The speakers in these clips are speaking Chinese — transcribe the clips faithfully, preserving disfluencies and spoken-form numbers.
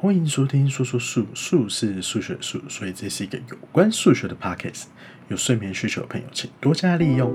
欢迎收听说说数，数是数学数，所以这是一个有关数学的 podcast。有睡眠需求的朋友，请多加利用。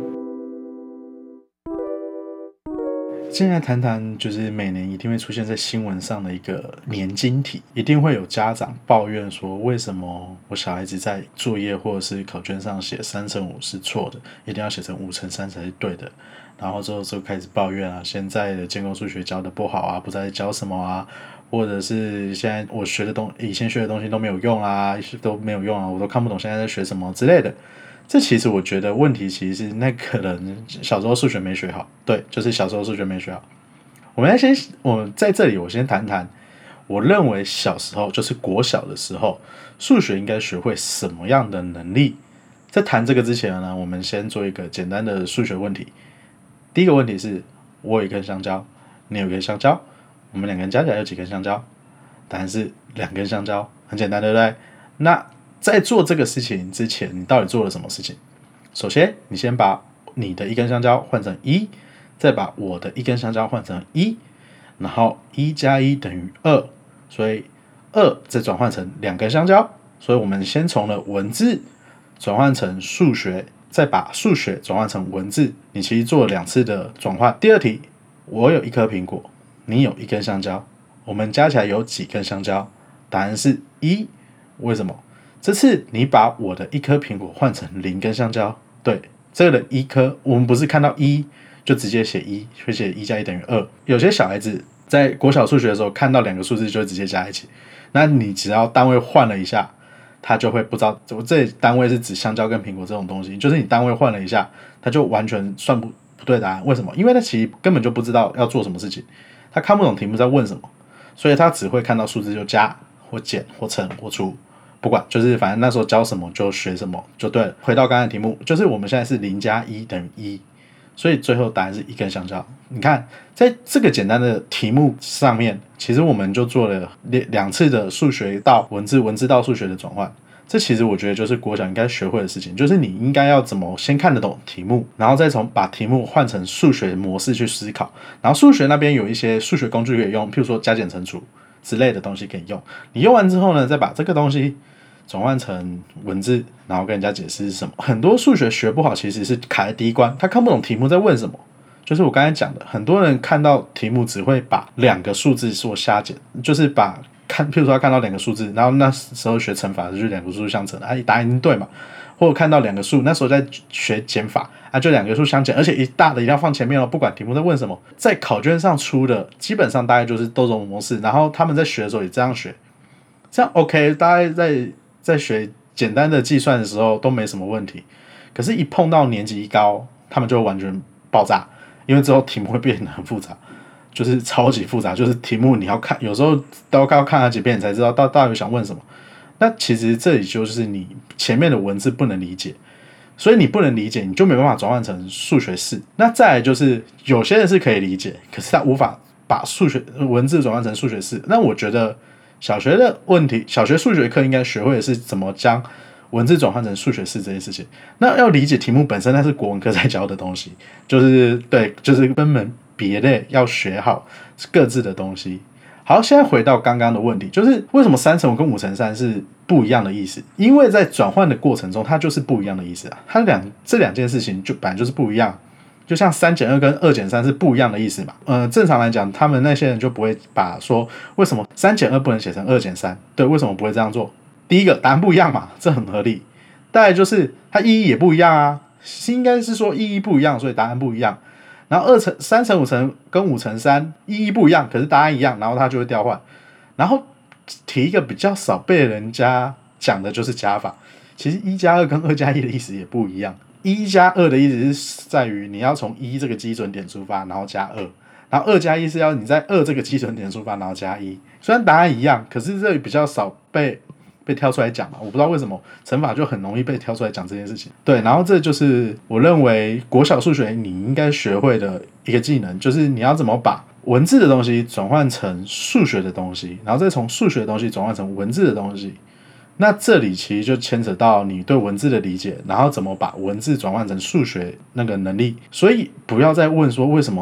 今天来谈谈，就是每年一定会出现在新闻上的一个年经题，一定会有家长抱怨说，为什么我小孩子在作业或者是考卷上写三乘五是错的，一定要写成五乘三才是对的。然后之后就开始抱怨啊，现在的建构数学教的不好啊，不知道在教什么啊，或者是现在我学的东以前学的东西都没有用啊，都没有用啊，我都看不懂现在在学什么之类的。这其实我觉得问题其实是那个人小时候数学没学好，对，就是小时候数学没学好。我们先，我在这里我先谈谈，我认为小时候就是国小的时候，数学应该学会什么样的能力。在谈这个之前呢，我们先做一个简单的数学问题。第一个问题是，我有一根香蕉，你有一根香蕉，我们两个人加起来有几根香蕉？答案是两根香蕉，很简单，对不对？那在做这个事情之前，你到底做了什么事情？首先，你先把你的一根香蕉换成一，再把我的一根香蕉换成一，然后一加一等于二，所以二再转换成两根香蕉，所以我们先从了文字转换成数学，再把数学转换成文字，你其实做了两次的转换。第二题，我有一颗苹果，你有一根香蕉，我们加起来有几根香蕉？答案是一，为什么？这次你把我的一颗苹果换成零根香蕉，对，这个的一颗，我们不是看到一就直接写一，会写一加一等于二。有些小孩子在国小数学的时候看到两个数字就会直接加一起，那你只要单位换了一下，他就会不知道，我这里单位是指香蕉跟苹果这种东西，就是你单位换了一下，他就完全算不不对答案。为什么？因为他其实根本就不知道要做什么事情，他看不懂题目在问什么，所以他只会看到数字就加或减或乘或除。不管，就是反正那时候教什么就学什么就对了。回到刚才的题目，就是我们现在是零加一等于一，所以最后答案是一根香蕉。你看，在这个简单的题目上面，其实我们就做了两次的数学到文字，文字到数学的转换。这其实我觉得就是国小应该学会的事情，就是你应该要怎么先看得懂题目，然后再从把题目换成数学模式去思考。然后数学那边有一些数学工具可以用，譬如说加减乘除之类的东西可以用。你用完之后呢，再把这个东西转换成文字，然后跟人家解释是什么。很多数学学不好，其实是卡在第一关，他看不懂题目在问什么。就是我刚才讲的，很多人看到题目只会把两个数字做瞎减，就是把看，譬如说他看到两个数字，然后那时候学乘法就是两个数相乘，啊，答案一定对嘛。或者看到两个数，那时候在学减法啊，就两个数相减，而且一大的一定要放前面哦，不管题目在问什么。在考卷上出的，基本上大概就是都这种模式，然后他们在学的时候也这样学，这样 OK， 大家在在学简单的计算的时候都没什么问题。可是，一碰到年级一高，他们就完全爆炸，因为之后题目会变得很复杂，就是超级复杂，就是题目你要看，有时候都要看好几遍你才知道到到底想问什么。那其实这里就是你前面的文字不能理解，所以你不能理解，你就没办法转换成数学式。那再来就是有些人是可以理解，可是他无法把数学文字转换成数学式。那我觉得小学的问题，小学数学课应该学会的是怎么将文字转换成数学式这件事情。那要理解题目本身，那是国文科在教的东西，就是对，就是分门别类要学好各自的东西。好，现在回到刚刚的问题，就是为什么三乘五跟五乘三是不一样的意思？因为在转换的过程中，它就是不一样的意思啊。它两这两件事情就本来就是不一样，就像三减二跟二减三是不一样的意思嘛。呃，正常来讲，他们那些人就不会把说为什么三减二不能写成二减三，对，为什么不会这样做？第一个答案不一样嘛，这很合理。再来就是它意义也不一样啊，应该是说意义不一样，所以答案不一样。然后二乘三乘五乘跟五乘三意义不一样，可是答案一样，然后它就会调换。然后提一个比较少被人家讲的就是加法，其实一加二跟二加一的意思也不一样。一加二的意思是在于你要从一这个基准点出发，然后加二，然后二加一是要你在二这个基准点出发，然后加一。虽然答案一样，可是这里比较少被。被挑出来讲嘛，我不知道为什么乘法就很容易被挑出来讲这件事情。对，然后这就是我认为国小数学你应该学会的一个技能，就是你要怎么把文字的东西转换成数学的东西，然后再从数学的东西转换成文字的东西。那这里其实就牵扯到你对文字的理解，然后怎么把文字转换成数学那个能力。所以不要再问说为什么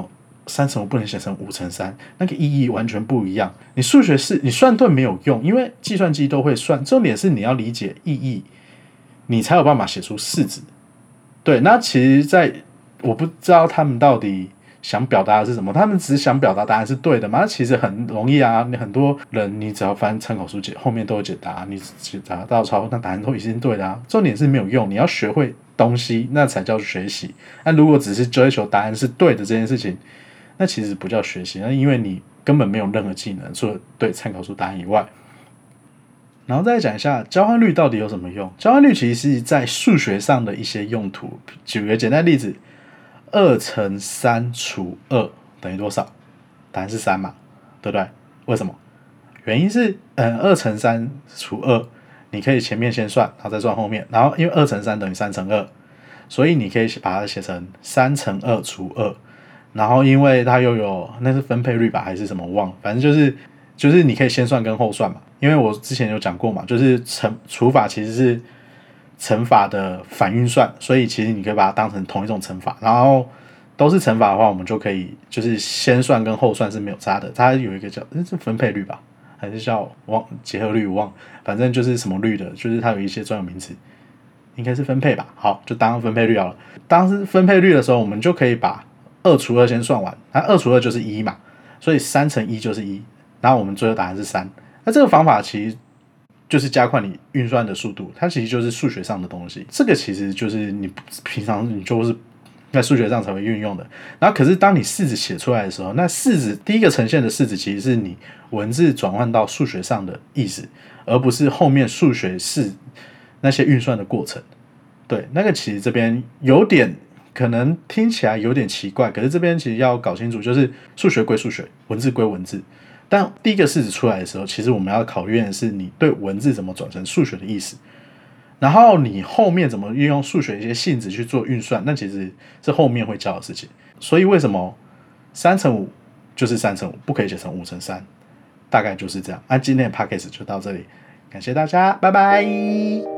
三乘五不能写成五乘三，那个意义完全不一样。你数学是你算对没有用，因为计算机都会算，重点是你要理解意义，你才有办法写出式子。对，那其实在我不知道他们到底想表达的是什么，他们只是想表达答案是对的嘛？那其实很容易啊，你很多人你只要翻参考书解，后面都有解答，你解答到抄，那答案都已经对的啊。重点是没有用，你要学会东西，那才叫学习。那如果只是追求答案是对的这件事情，那其实不叫学习，那因为你根本没有任何技能，除了对参考书答案以外。然后再讲一下交换律到底有什么用？交换律其实是在数学上的一些用途。举个简单例子，二乘三除二等于多少？答案是三嘛，对不对？为什么？原因是，嗯，二乘三除二，你可以前面先算，然后再算后面。然后因为二乘三等于三乘二，所以你可以把它写成三乘二除二。然后因为它又有那是分配率吧还是什么我忘了，反正就是就是你可以先算跟后算嘛。因为我之前有讲过嘛，就是乘除法其实是乘法的反运算，所以其实你可以把它当成同一种乘法。然后都是乘法的话，我们就可以就是先算跟后算是没有差的。它有一个叫是分配率吧，还是叫忘结合率我忘，反正就是什么率的，就是它有一些专有名词，应该是分配吧。好，就当分配率好了。当是分配率的时候，我们就可以把二除二先算完，那二除二就是一嘛，所以三乘一就是一，然后我们最后答案是三。那这个方法其实就是加快你运算的速度，它其实就是数学上的东西。这个其实就是你平常你就是在数学上才会运用的。然后可是当你式子写出来的时候，那式子第一个呈现的式子其实是你文字转换到数学上的意思，而不是后面数学式那些运算的过程。对，那个其实这边有点可能听起来有点奇怪，可是这边其实要搞清楚，就是数学归数学，文字归文字。但第一个式子出来的时候，其实我们要考虑的是你对文字怎么转成数学的意思，然后你后面怎么运用数学一些性质去做运算，那其实是后面会教的事情。所以为什么三乘五就是三乘五，不可以写成五乘三，大概就是这样。那、啊、今天的 podcast 就到这里，感谢大家，拜拜。